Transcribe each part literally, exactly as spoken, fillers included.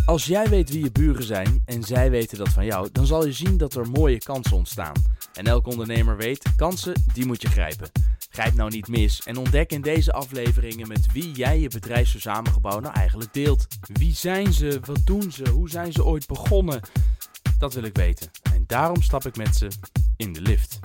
Als jij weet wie je buren zijn en zij weten dat van jou, dan zal je zien dat er mooie kansen ontstaan. En elke ondernemer weet, kansen, die moet je grijpen. Grijp nou niet mis en ontdek in deze afleveringen met wie jij je bedrijfsverzamelgebouw nou eigenlijk deelt. Wie zijn ze? Wat doen ze? Hoe zijn ze ooit begonnen? Dat wil ik weten. En daarom stap ik met ze in de lift.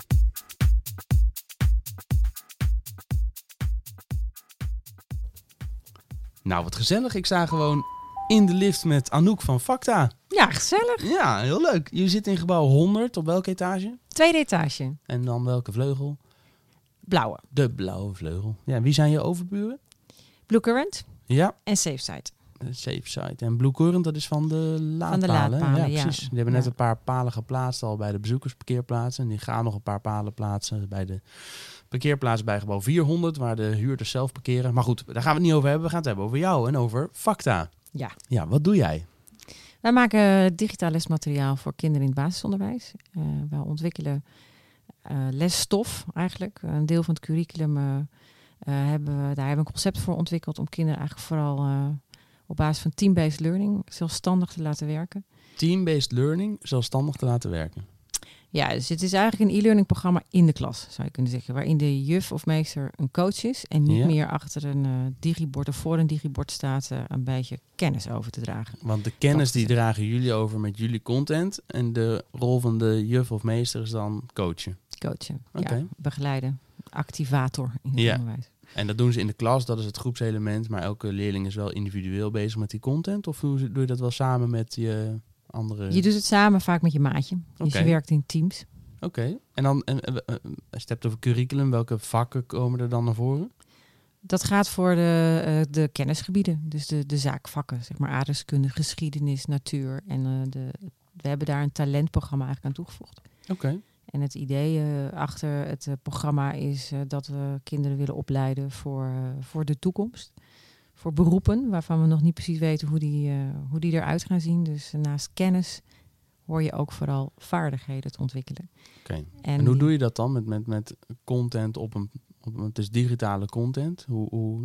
Nou, wat gezellig. Ik sta gewoon in de lift met Anouk van Facta. Ja, gezellig. Ja, heel leuk. Je zit in gebouw honderd. Op welke etage? Tweede etage. En dan welke vleugel? Blauwe. De blauwe vleugel. Ja, wie zijn je overburen? Blue Current Ja. en Safeside. De safe side. En Blue Current, dat is van de laadpalen. Van de laadpalen, ja, ja. precies. Die hebben net Ja. een paar palen geplaatst al bij de bezoekersparkeerplaatsen. En die gaan nog een paar palen plaatsen bij de parkeerplaats bij gebouw vierhonderd, waar de huurders zelf parkeren. Maar goed, daar gaan we het niet over hebben. We gaan het hebben over jou en over Facta. Ja. Ja, wat doe jij? Wij maken digitaal lesmateriaal voor kinderen in het basisonderwijs. Uh, we ontwikkelen uh, lesstof eigenlijk. Een deel van het curriculum uh, uh, hebben we, daar hebben we een concept voor ontwikkeld om kinderen eigenlijk vooral uh, op basis van team-based learning zelfstandig te laten werken. Team-based learning zelfstandig te laten werken. Ja, dus het is eigenlijk een e-learning programma in de klas, zou je kunnen zeggen. Waarin de juf of meester een coach is en niet Ja. meer achter een uh, digibord of voor een digibord staat uh, een beetje kennis over te dragen. Want de kennis Dat- die dragen jullie over met jullie content. En de rol van de juf of meester is dan coachen. Coachen, Oké. ja, begeleiden, activator in het Ja. onderwijs. En dat doen ze in de klas, dat is het groepselement. Maar elke leerling is wel individueel bezig met die content. Of hoe doe je dat wel samen met je andere... Je doet het samen vaak met je maatje. Dus Oké. je werkt in teams. Oké. En dan, en, en, en, als je het hebt over curriculum, welke vakken komen er dan naar voren? Dat gaat voor de, uh, de kennisgebieden. Dus de, de zaakvakken, zeg maar aardrijkskunde, geschiedenis, natuur. En uh, de, we hebben daar een talentprogramma eigenlijk aan toegevoegd. Oké. En het idee uh, achter het uh, programma is uh, dat we kinderen willen opleiden voor, uh, voor de toekomst. Voor beroepen waarvan we nog niet precies weten hoe die, uh, hoe die eruit gaan zien. Dus uh, naast kennis hoor je ook vooral vaardigheden te ontwikkelen. Oké. En, En hoe die- doe je dat dan met, met, met content op een... Op, een- het is digitale content. Hoe, hoe,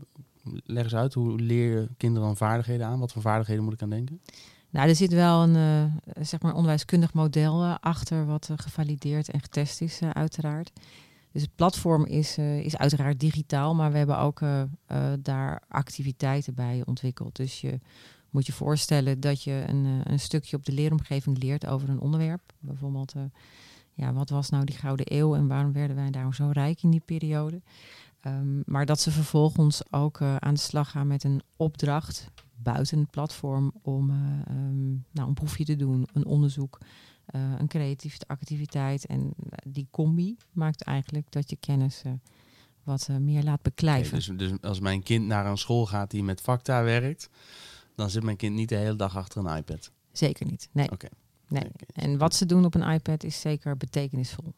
leg eens uit, hoe leer je kinderen dan vaardigheden aan? Wat voor vaardigheden moet ik aan denken? Nou, er zit wel een uh, zeg maar onderwijskundig model uh, achter wat uh, gevalideerd en getest is, uh, uiteraard. Dus het platform is, uh, is uiteraard digitaal, maar we hebben ook uh, uh, daar activiteiten bij ontwikkeld. Dus je moet je voorstellen dat je een, uh, een stukje op de leeromgeving leert over een onderwerp. Bijvoorbeeld, uh, ja, wat was nou die Gouden Eeuw en waarom werden wij daar zo rijk in die periode? Um, maar dat ze vervolgens ook uh, aan de slag gaan met een opdracht buiten het platform om uh, um, nou, een proefje te doen, een onderzoek, uh, een creatieve activiteit. En uh, die combi maakt eigenlijk dat je kennis uh, wat uh, meer laat beklijven. Oké, dus, dus als mijn kind naar een school gaat die met Facta werkt, dan zit mijn kind niet de hele dag achter een iPad. Zeker niet, nee. Oké. nee. Oké. En wat ze doen op een iPad is zeker betekenisvol.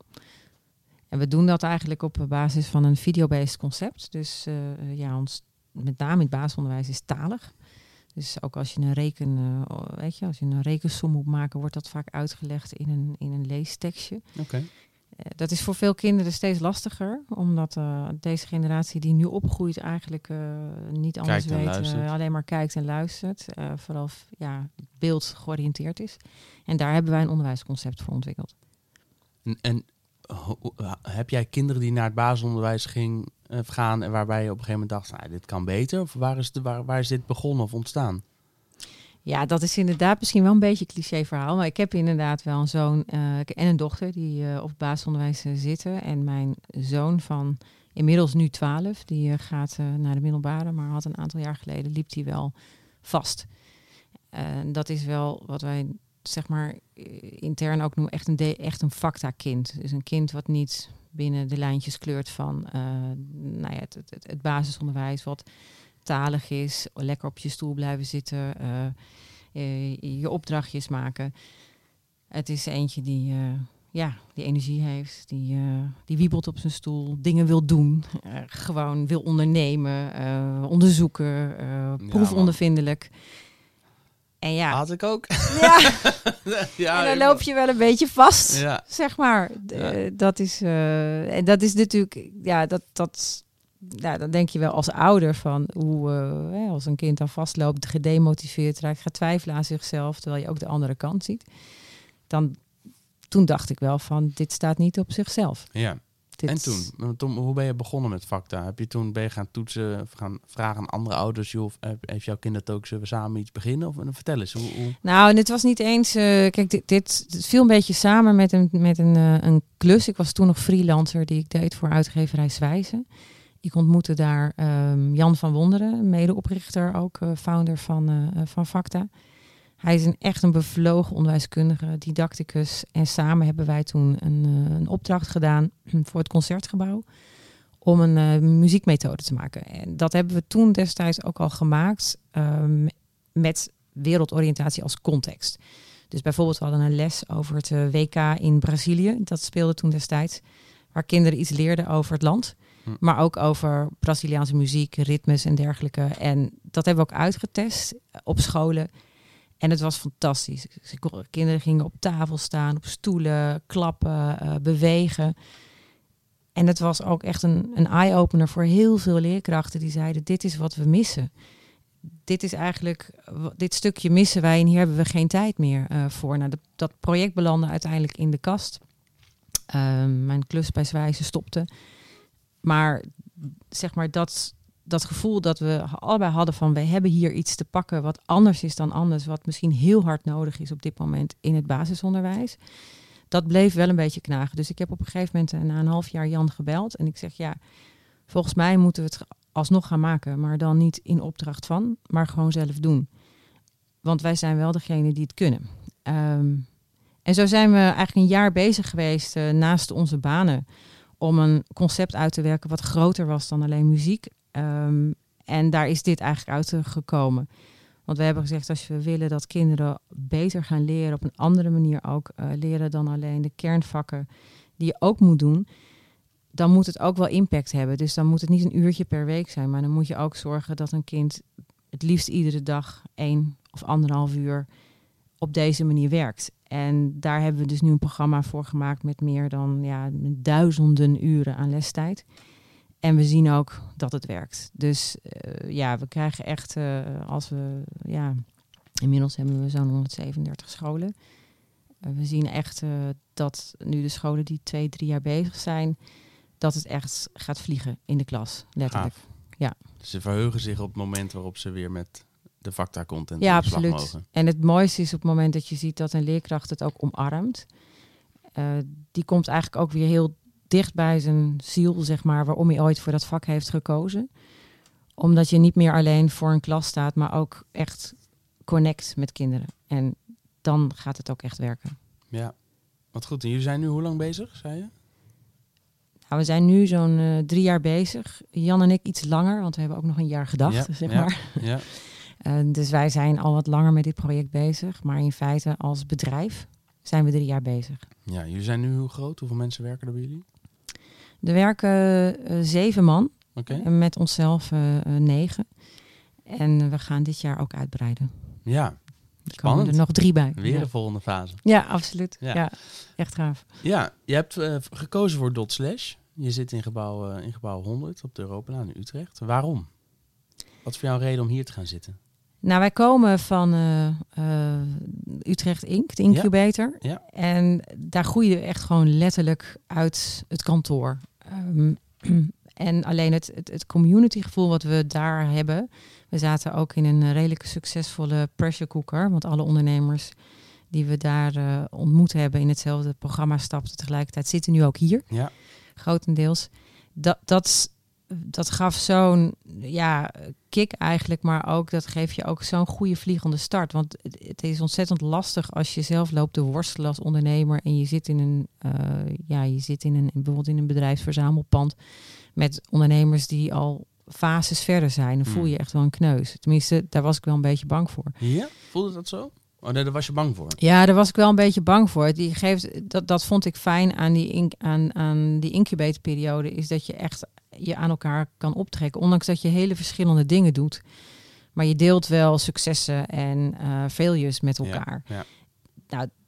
En we doen dat eigenlijk op basis van een video-based concept. Dus uh, ja, ons, met name in het basisonderwijs is talig. Dus ook als je een reken, uh, weet je, als je een rekensom moet maken, wordt dat vaak uitgelegd in een, in een leestekstje. Oké. Uh, dat is voor veel kinderen steeds lastiger, omdat uh, deze generatie die nu opgroeit eigenlijk uh, niet anders Kijkt en weet, luistert. uh, alleen maar kijkt en luistert. Uh, vooral ja, beeld georiënteerd is. En daar hebben wij een onderwijsconcept voor ontwikkeld. En, en ho- ho- heb jij kinderen die naar het basisonderwijs ging, uh, gaan en waarbij je op een gegeven moment dacht, nou, dit kan beter? Of waar is, de, waar, waar is dit begonnen of ontstaan? Ja, dat is inderdaad misschien wel een beetje een cliché verhaal. Maar ik heb inderdaad wel een zoon uh, en een dochter die uh, op het basisonderwijs uh, zitten. En mijn zoon van inmiddels nu twaalf, die uh, gaat uh, naar de middelbare. Maar had een aantal jaar geleden, liep hij wel vast. Uh, dat is wel wat wij, zeg maar, intern ook noemen echt een, de, echt een Facta-kind. Dus een kind wat niet binnen de lijntjes kleurt van uh, nou ja, het, het, het basisonderwijs, wat talig is, lekker op je stoel blijven zitten, uh, uh, je opdrachtjes maken. Het is eentje die, uh, ja, die energie heeft, die, uh, die wiebelt op zijn stoel, dingen wil doen, uh, gewoon wil ondernemen, uh, onderzoeken, uh, proefondervindelijk. En ja, Had ik ook. ja. Ja, en dan loop je wel een beetje vast, Ja. zeg maar. D- Ja. Dat is, uh, en dat is natuurlijk, ja, dat, dat nou, dan denk je wel als ouder van hoe uh, als een kind dan vastloopt, gedemotiveerd raakt, gaat twijfelen aan zichzelf, terwijl je ook de andere kant ziet. Dan, toen dacht ik wel van, dit staat niet op zichzelf. Ja. Dit... En toen, Tom, hoe ben je begonnen met Facta? Heb je toen ben je gaan toetsen, gaan vragen aan andere ouders, joh, heeft jouw kind dat ook, zullen we samen iets beginnen? Of vertel eens. Hoe, hoe... Nou, dit was niet eens. Uh, kijk, dit, dit, dit viel een beetje samen met een met een, uh, een klus. Ik was toen nog freelancer die ik deed voor uitgeverij Zwijzen. Ik ontmoette daar um, Jan van Wonderen, medeoprichter, ook uh, founder van, uh, van Facta. Hij is een echt een bevlogen onderwijskundige, didacticus. En samen hebben wij toen een, uh, een opdracht gedaan voor het Concertgebouw om een uh, muziekmethode te maken. En dat hebben we toen destijds ook al gemaakt um, met wereldoriëntatie als context. Dus bijvoorbeeld we hadden een les over het uh, W K in Brazilië. Dat speelde toen destijds, waar kinderen iets leerden over het land. Hm. Maar ook over Braziliaanse muziek, ritmes en dergelijke. En dat hebben we ook uitgetest op scholen. En het was fantastisch. Kinderen gingen op tafel staan, op stoelen, klappen, uh, bewegen. En het was ook echt een, een eye-opener voor heel veel leerkrachten die zeiden, dit is wat we missen. Dit is eigenlijk, dit stukje missen wij en hier hebben we geen tijd meer uh, voor. Nou, dat, dat project belandde uiteindelijk in de kast. Uh, mijn klus bij Zwijzen stopte. Maar zeg maar dat... dat gevoel dat we allebei hadden van, we hebben hier iets te pakken wat anders is dan anders, wat misschien heel hard nodig is op dit moment in het basisonderwijs. Dat bleef wel een beetje knagen. Dus ik heb op een gegeven moment na een half jaar Jan gebeld en ik zeg, ja, volgens mij moeten we het alsnog gaan maken, maar dan niet in opdracht van, maar gewoon zelf doen. Want wij zijn wel degene die het kunnen. Um, en zo zijn we eigenlijk een jaar bezig geweest uh, naast onze banen om een concept uit te werken wat groter was dan alleen muziek. Um, en daar is dit eigenlijk uit gekomen. Want we hebben gezegd, als we willen dat kinderen beter gaan leren, op een andere manier ook uh, leren dan alleen de kernvakken die je ook moet doen, dan moet het ook wel impact hebben. Dus dan moet het niet een uurtje per week zijn, maar dan moet je ook zorgen dat een kind het liefst iedere dag één of anderhalf uur op deze manier werkt. En daar hebben we dus nu een programma voor gemaakt met meer dan ja, met duizenden uren aan lestijd. En we zien ook dat het werkt. Dus uh, ja, we krijgen echt, uh, als we, ja, inmiddels hebben we zo'n honderdzevenendertig scholen. Uh, we zien echt uh, dat nu de scholen die twee, drie jaar bezig zijn, dat het echt gaat vliegen in de klas, letterlijk. Gaaf. Ja. Dus ze verheugen zich op het moment waarop ze weer met de Facta-content ja, aan de slag absoluut. mogen. En het mooiste is op het moment dat je ziet dat een leerkracht het ook omarmt. Uh, die komt eigenlijk ook weer heel dicht bij zijn ziel, zeg maar, waarom hij ooit voor dat vak heeft gekozen. Omdat je niet meer alleen voor een klas staat, maar ook echt connect met kinderen. En dan gaat het ook echt werken. Ja, wat goed. En jullie zijn nu hoe lang bezig, zei je? Nou, we zijn nu zo'n uh, drie jaar bezig. Jan en ik iets langer, want we hebben ook nog een jaar gedacht, ja, zeg ja, maar. Ja. uh, dus wij zijn al wat langer met dit project bezig. Maar in feite als bedrijf zijn we drie jaar bezig. Ja, jullie zijn nu hoe groot? Hoeveel mensen werken er bij jullie? Er werken uh, zeven man. Okay. En met onszelf uh, uh, negen. En we gaan dit jaar ook uitbreiden. Ja, er komen er nog drie bij. Weer ja. de volgende fase. Ja, absoluut. Ja, ja echt gaaf. Ja, je hebt uh, gekozen voor Dot Slash. Je zit in gebouw, uh, in gebouw honderd op de Europalaan in Utrecht. Waarom? Wat is voor jou een reden om hier te gaan zitten? Nou, wij komen van uh, uh, Utrecht Inc, de incubator. Ja. Ja. En daar groeide echt gewoon letterlijk uit het kantoor. Um, en alleen het, het, het communitygevoel wat we daar hebben. We zaten ook in een redelijk succesvolle pressure cooker. Want alle ondernemers die we daar uh, ontmoet hebben in hetzelfde programma stapten tegelijkertijd zitten nu ook hier. Ja. Grotendeels. Dat, dat, dat gaf zo'n ja, kick eigenlijk, maar ook dat geeft je ook zo'n goede vliegende start. Want het, het is ontzettend lastig als je zelf loopt te worstelen als ondernemer en je zit in een, uh, ja, je zit in een bijvoorbeeld in een bedrijfsverzamelpand met ondernemers die al fases verder zijn. Dan voel je echt wel een kneus. Tenminste, daar was ik wel een beetje bang voor. Ja, voelde dat zo? Oh nee, daar was je bang voor? Ja, daar was ik wel een beetje bang voor. Die geeft, dat, dat vond ik fijn aan die, in, aan, aan die incubatorperiode, is dat je echt je aan elkaar kan optrekken. Ondanks dat je hele verschillende dingen doet. Maar je deelt wel successen en uh, failures met elkaar. Ja, ja. Nou,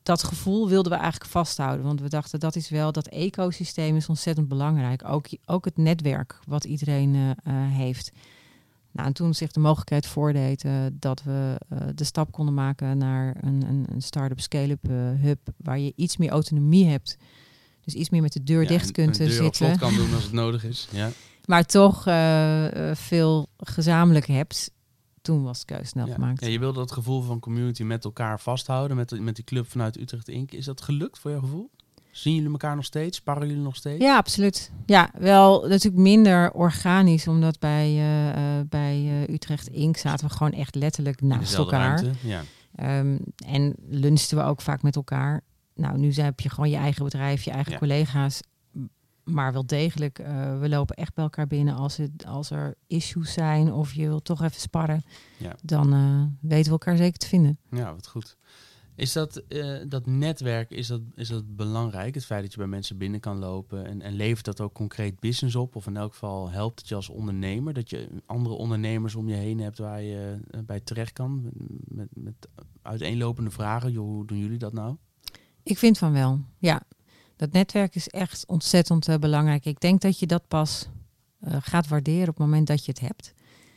dat gevoel wilden we eigenlijk vasthouden. Want we dachten, dat is wel, dat ecosysteem is ontzettend belangrijk. Ook, ook het netwerk wat iedereen uh, uh, heeft. Nou, en toen zich de mogelijkheid voordeed uh, dat we uh, de stap konden maken naar een, een, een start-up scale-up uh, hub, waar je iets meer autonomie hebt. Dus iets meer met de deur ja, dicht kunt een, een deur zitten. Op slot kan doen als het nodig is. Ja. Maar toch uh, uh, veel gezamenlijk hebt. Toen was de keuze snel ja. gemaakt. Ja, je wilde dat gevoel van community met elkaar vasthouden. Met, met die club vanuit Utrecht Inc. Is dat gelukt voor jouw gevoel? Zien jullie elkaar nog steeds? Sparren jullie nog steeds? Ja, absoluut. Ja, wel natuurlijk minder organisch. Omdat bij, uh, uh, bij uh, Utrecht Inc. zaten we gewoon echt letterlijk naast elkaar. Ruimte, ja. Um, en lunchten we ook vaak met elkaar. Nou, nu heb je gewoon je eigen bedrijf, je eigen ja. collega's. Maar wel degelijk, uh, we lopen echt bij elkaar binnen als, het, als er issues zijn of je wil toch even sparren. Ja. Dan uh, weten we elkaar zeker te vinden. Ja, wat goed. Is dat, uh, dat netwerk, is dat, is dat belangrijk? Het feit dat je bij mensen binnen kan lopen en, en levert dat ook concreet business op? Of in elk geval helpt het je als ondernemer? Dat je andere ondernemers om je heen hebt waar je uh, bij terecht kan? Met, met uiteenlopende vragen. Jo, hoe doen jullie dat nou? Ik vind van wel, ja. Dat netwerk is echt ontzettend uh, belangrijk. Ik denk dat je dat pas uh, gaat waarderen op het moment dat je het hebt.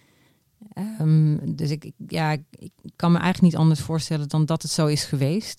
Um, dus ik, ik, ja, ik, ik kan me eigenlijk niet anders voorstellen dan dat het zo is geweest.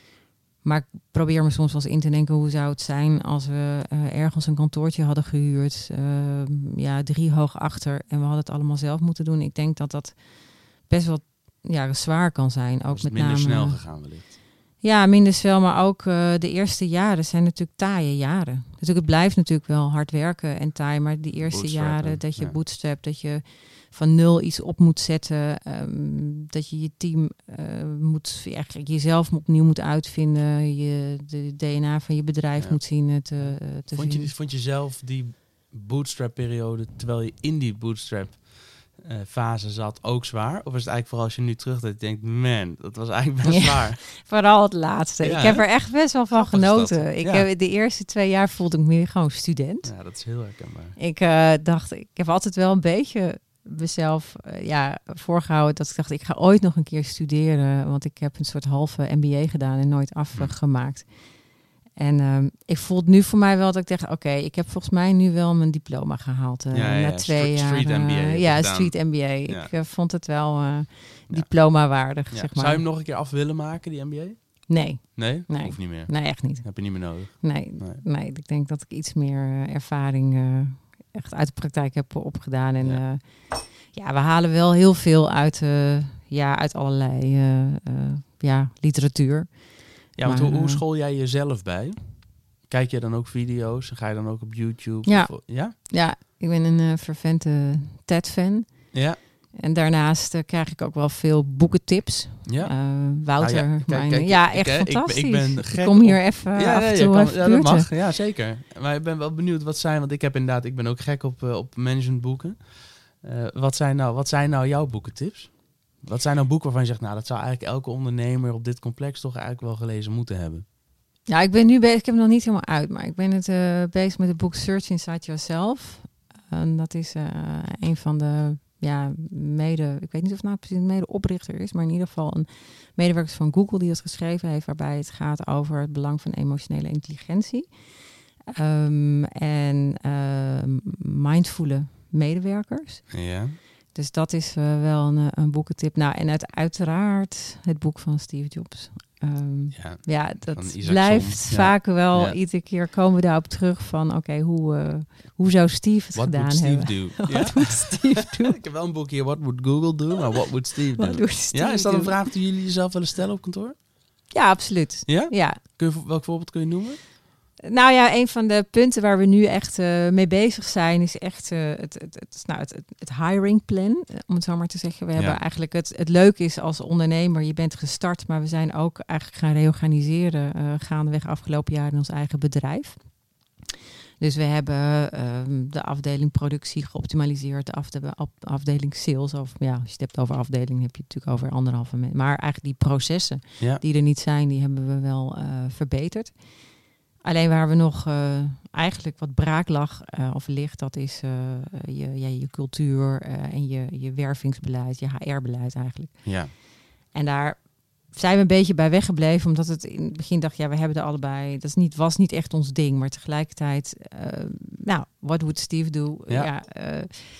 Maar ik probeer me soms wel eens in te denken, hoe zou het zijn als we uh, ergens een kantoortje hadden gehuurd. Uh, ja, drie hoog achter en we hadden het allemaal zelf moeten doen. Ik denk dat dat best wel ja, zwaar kan zijn. Ook met minder name, snel gegaan wellicht. Ja, minder snel, maar ook uh, de eerste jaren zijn natuurlijk taaie jaren. Natuurlijk, het blijft natuurlijk wel hard werken en taai, maar die eerste jaren dat je ja. bootstrap, dat je van nul iets op moet zetten, um, dat je je team uh, moet, ja, jezelf opnieuw moet uitvinden, je de D N A van je bedrijf ja. moet zien uh, te, uh, te vond zien. Je, vond je zelf die bootstrap-periode, terwijl je in die bootstrap Uh, fase zat, ook zwaar? Of is het eigenlijk vooral als je nu terug dat je denkt, man, dat was eigenlijk best ja, zwaar? Vooral het laatste. Ja, ik heb er echt best wel van Grappig genoten. Ik ja. heb, de eerste twee jaar voelde ik me weer gewoon student. Ja, dat is heel herkenbaar. Ik uh, dacht, ik heb altijd wel een beetje mezelf uh, ja, voorgehouden dat ik dacht, ik ga ooit nog een keer studeren, want ik heb een soort halve M B A gedaan en nooit afgemaakt. Hm. En um, ik voel het nu voor mij wel dat ik dacht, oké, okay, ik heb volgens mij nu wel mijn diploma gehaald. Uh, ja, ja, na twee street, jaar. Street M B A. Uh, ja, street M B A. Ja. Ik uh, vond het wel uh, diploma waardig, ja. zeg maar. Zou je hem nog een keer af willen maken, die M B A? Nee. Nee? nee. Hoeft niet meer? Nee, echt niet. Heb je niet meer nodig? Nee, nee. nee ik denk dat ik iets meer uh, ervaring uh, echt uit de praktijk heb opgedaan. En ja, uh, ja we halen wel heel veel uit, uh, ja, uit allerlei uh, uh, ja, literatuur. Ja, want maar, hoe, hoe school jij jezelf bij? Kijk je dan ook video's? Ga je dan ook op YouTube? Ja, of, ja? ja ik ben een uh, fervente T E D-fan. Ja. En daarnaast uh, krijg ik ook wel veel boekentips. Ja. Uh, Wouter, nou ja, kijk, mijn, kijk, ja, echt ik, fantastisch. Ik, ik ben gek ik kom hier op... even ja, af nee, en toe kan, even ja, dat buurten. mag. Ja, zeker. Maar ik ben wel benieuwd wat zijn, want ik heb inderdaad, ik ben ook gek op, uh, op managementboeken. Uh, wat zijn nou, wat zijn nou jouw boekentips? Wat zijn nou boeken waarvan je zegt, nou, dat zou eigenlijk elke ondernemer op dit complex toch eigenlijk wel gelezen moeten hebben? Ja, ik ben nu bezig, ik heb het nog niet helemaal uit, maar ik ben het uh, bezig met het boek Search Inside Yourself. En dat is uh, een van de ja, mede, ik weet niet of het nou precies een mede-oprichter is, maar in ieder geval een medewerker van Google die dat geschreven heeft, waarbij het gaat over het belang van emotionele intelligentie. Um, en uh, mindfulle medewerkers. Ja. Dus dat is uh, wel een, een boekentip. Nou, en uit, uiteraard het boek van Steve Jobs. Um, ja, ja, dat blijft ja. vaak wel. Ja. Iedere keer komen we daarop terug van, oké, okay, hoe, uh, hoe zou Steve het what gedaan Steve hebben? What ja? would Steve do? Ik heb wel een boek hier, What would Google do? Maar what would Steve do? What Steve ja, is dat do? een vraag die jullie jezelf willen stellen op kantoor? Ja, absoluut. Ja? Ja. Kun je, welk voorbeeld kun je noemen? Nou ja, een van de punten waar we nu echt uh, mee bezig zijn, is echt uh, het, het, het, nou, het, het, het hiring plan, om het zo maar te zeggen. We ja. hebben eigenlijk het, het leuke is als ondernemer, je bent gestart, maar we zijn ook eigenlijk gaan reorganiseren uh, gaandeweg afgelopen jaar in ons eigen bedrijf. Dus we hebben uh, de afdeling productie geoptimaliseerd, de afde- afdeling sales. Of ja, als je het hebt over afdeling, heb je het natuurlijk over anderhalve meter. Maar eigenlijk die processen ja. die er niet zijn, die hebben we wel uh, verbeterd. Alleen waar we nog uh, eigenlijk wat braak lag uh, of ligt, dat is uh, je, ja, je cultuur uh, en je, je wervingsbeleid, je H R-beleid eigenlijk. Ja. En daar zijn we een beetje bij weggebleven, omdat het in het begin dacht, ja, we hebben er allebei. Dat is niet, was niet echt ons ding, maar tegelijkertijd, uh, nou, what would Steve do? Ja. ja uh,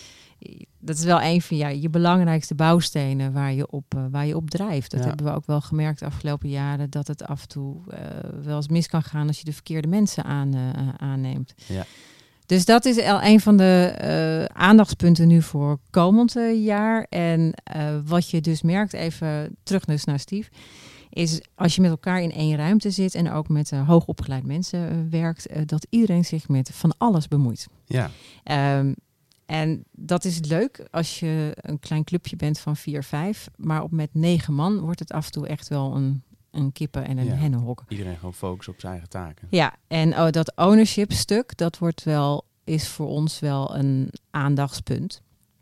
dat is wel een van ja, je belangrijkste bouwstenen waar je op, uh, waar je op drijft. Dat ja. hebben we ook wel gemerkt de afgelopen jaren, dat het af en toe uh, wel eens mis kan gaan als je de verkeerde mensen aan, uh, aanneemt. Ja. Dus dat is al een van de uh, aandachtspunten nu voor komend uh, jaar. En uh, wat je dus merkt, even terug dus naar Steve, is als je met elkaar in één ruimte zit en ook met uh, hoogopgeleid mensen uh, werkt, uh, dat iedereen zich met van alles bemoeit. Ja. Um, en dat is leuk als je een klein clubje bent van vier, vijf. Maar op met negen man wordt het af en toe echt wel een, een kippen- en een ja, hennenhok. Iedereen gewoon focus op zijn eigen taken. Ja, en oh, dat ownership stuk, dat wordt wel, is voor ons wel een aandachtspunt.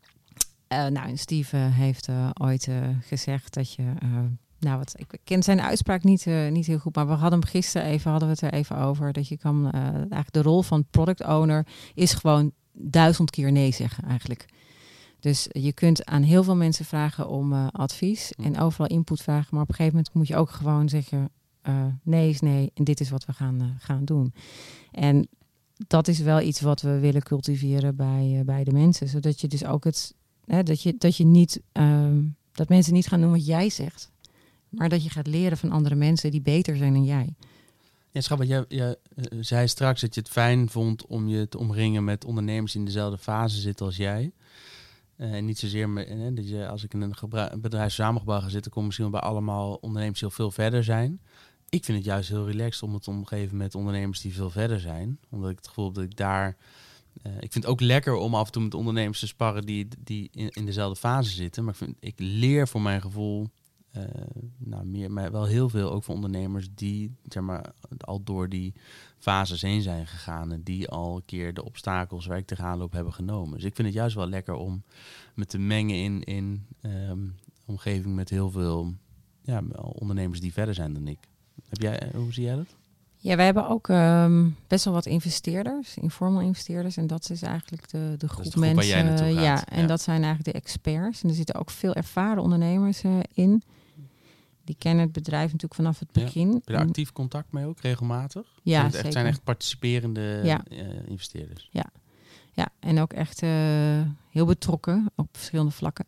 Uh, nou, Steve uh, heeft uh, ooit uh, gezegd dat je... Uh, nou, wat, ik ken zijn uitspraak niet, uh, niet heel goed, maar we hadden hem gisteren even, hadden we het er even over. Dat je kan, uh, eigenlijk de rol van product owner is gewoon duizend keer nee zeggen eigenlijk. Dus je kunt aan heel veel mensen vragen om uh, advies en overal input vragen. Maar op een gegeven moment moet je ook gewoon zeggen, uh, nee is nee en dit is wat we gaan, uh, gaan doen. En dat is wel iets wat we willen cultiveren bij, uh, bij de mensen. Zodat je dus ook het, hè, dat je, dat je niet, uh, dat mensen niet gaan doen wat jij zegt. Maar dat je gaat leren van andere mensen die beter zijn dan jij. Ja, schat, jij, jij uh, zei straks dat je het fijn vond om je te omringen met ondernemers die in dezelfde fase zitten als jij. Uh, en niet zozeer met, uh, dat je, als ik in een gebru- bedrijf samengebouw ga zitten, kom misschien bij allemaal ondernemers die al veel verder zijn. Ik vind het juist heel relaxed om het te omgeven met ondernemers die veel verder zijn. Omdat ik het gevoel heb dat ik daar... Uh, ik vind het ook lekker om af en toe met ondernemers te sparren die, die in, in dezelfde fase zitten. Maar ik, vind, ik leer voor mijn gevoel... Uh, nou, meer, maar wel heel veel ook van ondernemers die zeg maar, al door die fases heen zijn gegaan en die al een keer de obstakels waar ik tegenaan loop hebben genomen. Dus ik vind het juist wel lekker om me te mengen in in um, omgeving met heel veel ja, ondernemers die verder zijn dan ik. Heb jij, hoe zie jij dat? Ja, wij hebben ook um, best wel wat investeerders, informal investeerders. En dat is eigenlijk de, de groep, de groep mensen. Waar jij naartoe gaat. Ja, en ja. dat zijn eigenlijk de experts. En er zitten ook veel ervaren ondernemers uh, in. Die kennen het bedrijf natuurlijk vanaf het begin. Ja. Heb je daar actief contact mee ook, regelmatig? Ja, zijn het zeker. echt, zijn echt participerende ja. uh, investeerders? Ja. ja, en ook echt uh, heel betrokken op verschillende vlakken.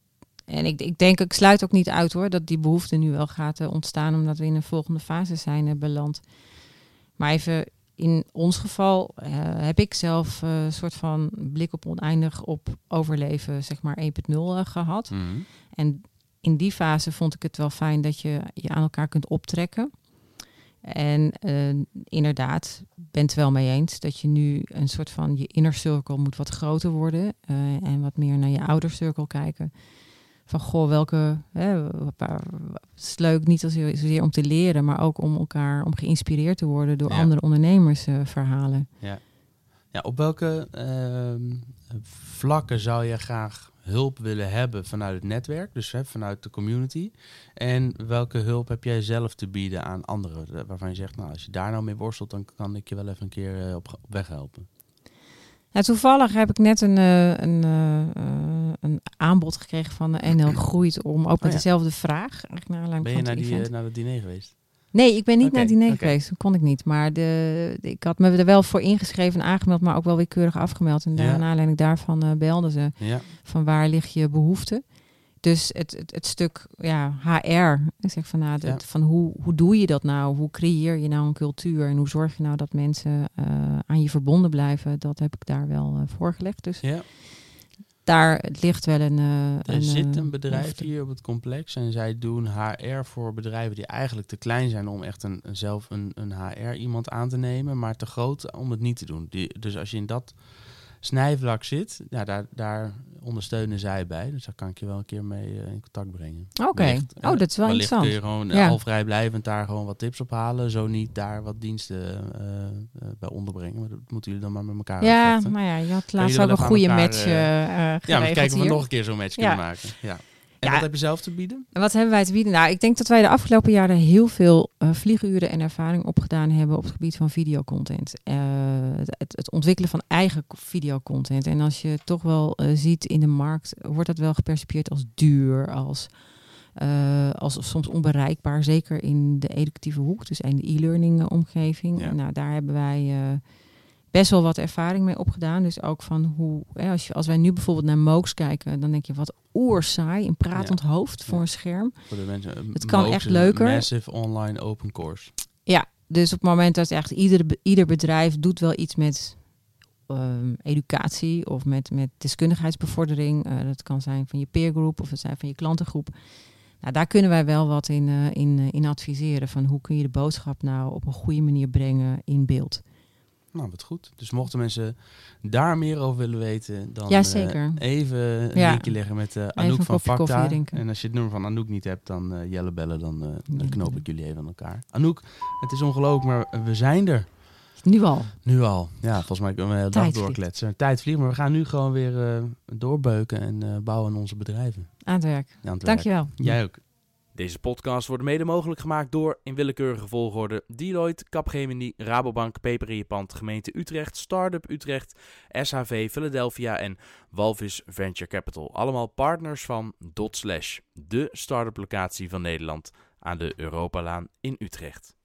En ik, ik denk, ik sluit ook niet uit hoor, dat die behoefte nu wel gaat uh, ontstaan, omdat we in een volgende fase zijn uh, beland. Maar even in ons geval uh, heb ik zelf een uh, soort van blik op oneindig op overleven, zeg maar één punt nul uh, gehad. Mm-hmm. En in die fase vond ik het wel fijn dat je je aan elkaar kunt optrekken. En uh, inderdaad, ben het wel mee eens dat je nu een soort van je inner circle moet wat groter worden. Uh, en wat meer naar je outer circle kijken. Van goh, welke... Hè, het is leuk niet zozeer om te leren, maar ook om elkaar, om geïnspireerd te worden door ja. andere ondernemersverhalen. Uh, ja. ja, op welke uh, vlakken zou je graag hulp willen hebben vanuit het netwerk, dus hè, vanuit de community? En welke hulp heb jij zelf te bieden aan anderen, waarvan je zegt, nou, als je daar nou mee worstelt, dan kan ik je wel even een keer uh, op, op weg helpen? Ja, toevallig heb ik net een, uh, een, uh, een aanbod gekregen van de N L Groeit om ook met oh, ja. dezelfde vraag. Naar ben je naar, die, uh, naar het diner geweest? Nee, ik ben niet okay, naar het diner okay. geweest. Dat kon ik niet. Maar de, de, ik had me er wel voor ingeschreven en aangemeld, maar ook wel weer keurig afgemeld. En ja. naar aanleiding daarvan uh, belden ze ja. van waar ligt je behoefte. Dus het, het, het stuk ja, H R, ik zeg van, nou, de, ja. van hoe, hoe doe je dat nou? Hoe creëer je nou een cultuur? En hoe zorg je nou dat mensen uh, aan je verbonden blijven? Dat heb ik daar wel uh, voorgelegd. Dus ja. daar het ligt wel een... Uh, er een, zit een bedrijf behoefte. hier op het complex en zij doen H R voor bedrijven die eigenlijk te klein zijn om echt een, een zelf een, een H R iemand aan te nemen, maar te groot om het niet te doen. Die, dus als je in dat snijvlak zit, ja, daar, daar ondersteunen zij bij. Dus daar kan ik je wel een keer mee uh, in contact brengen. Oké, okay. oh, dat is wel interessant. Kun je gewoon uh, ja. al vrijblijvend daar gewoon wat tips ophalen. Zo niet daar wat diensten uh, uh, bij onderbrengen. Maar dat moeten jullie dan maar met elkaar Ja, uitvechten. maar ja, je had laatst ook een goede elkaar, match uh, uh, Ja, maar kijken of we hier. nog een keer zo'n match ja. kunnen maken. Ja. En ja. wat heb je zelf te bieden? Wat hebben wij te bieden? Nou, ik denk dat wij de afgelopen jaren heel veel uh, vlieguren en ervaring opgedaan hebben op het gebied van videocontent. Uh, het, het ontwikkelen van eigen videocontent. En als je toch wel uh, ziet in de markt, wordt dat wel gepercipieerd als duur, als Uh, als soms onbereikbaar, zeker in de educatieve hoek, dus in de e-learning uh, omgeving. Ja. En nou, daar hebben wij uh, best wel wat ervaring mee opgedaan. Dus ook van hoe, hè, als, je, als wij nu bijvoorbeeld naar MOOCs kijken, dan denk je wat oersaai, een pratend ja. hoofd voor ja. een scherm. Voor de mensen, het kan echt leuker. Massive online open course. Ja, dus op het moment dat echt ieder, ieder bedrijf doet wel iets met um, educatie of met, met deskundigheidsbevordering. Uh, dat kan zijn van je peergroep of het zijn van je klantengroep. Nou, daar kunnen wij wel wat in, uh, in, uh, in adviseren. Van hoe kun je de boodschap nou op een goede manier brengen in beeld. Nou, wat goed. Dus mochten mensen daar meer over willen weten, dan ja, zeker. Uh, even een ja. linkje leggen met uh, Anouk van Facta. En drinken. als je het nummer van Anouk niet hebt, dan uh, Jelle bellen, dan, uh, dan knoop ik jullie even aan elkaar. Anouk, het is ongelooflijk, maar we zijn er. Nu al. Nu al. Ja, volgens mij kunnen we een hele dag doorkletsen. Tijd vliegt, maar we gaan nu gewoon weer uh, doorbeuken en uh, bouwen aan onze bedrijven. Aan het werk. Ja, aan het Dankjewel. Werk. Jij ook. Deze podcast wordt mede mogelijk gemaakt door, in willekeurige volgorde, Deloitte, Capgemini, Rabobank, Peper in je Pand, Gemeente Utrecht, Startup Utrecht, S H V Philadelphia en Walvis Venture Capital. Allemaal partners van Dotslash, de start-up locatie van Nederland aan de Europalaan in Utrecht.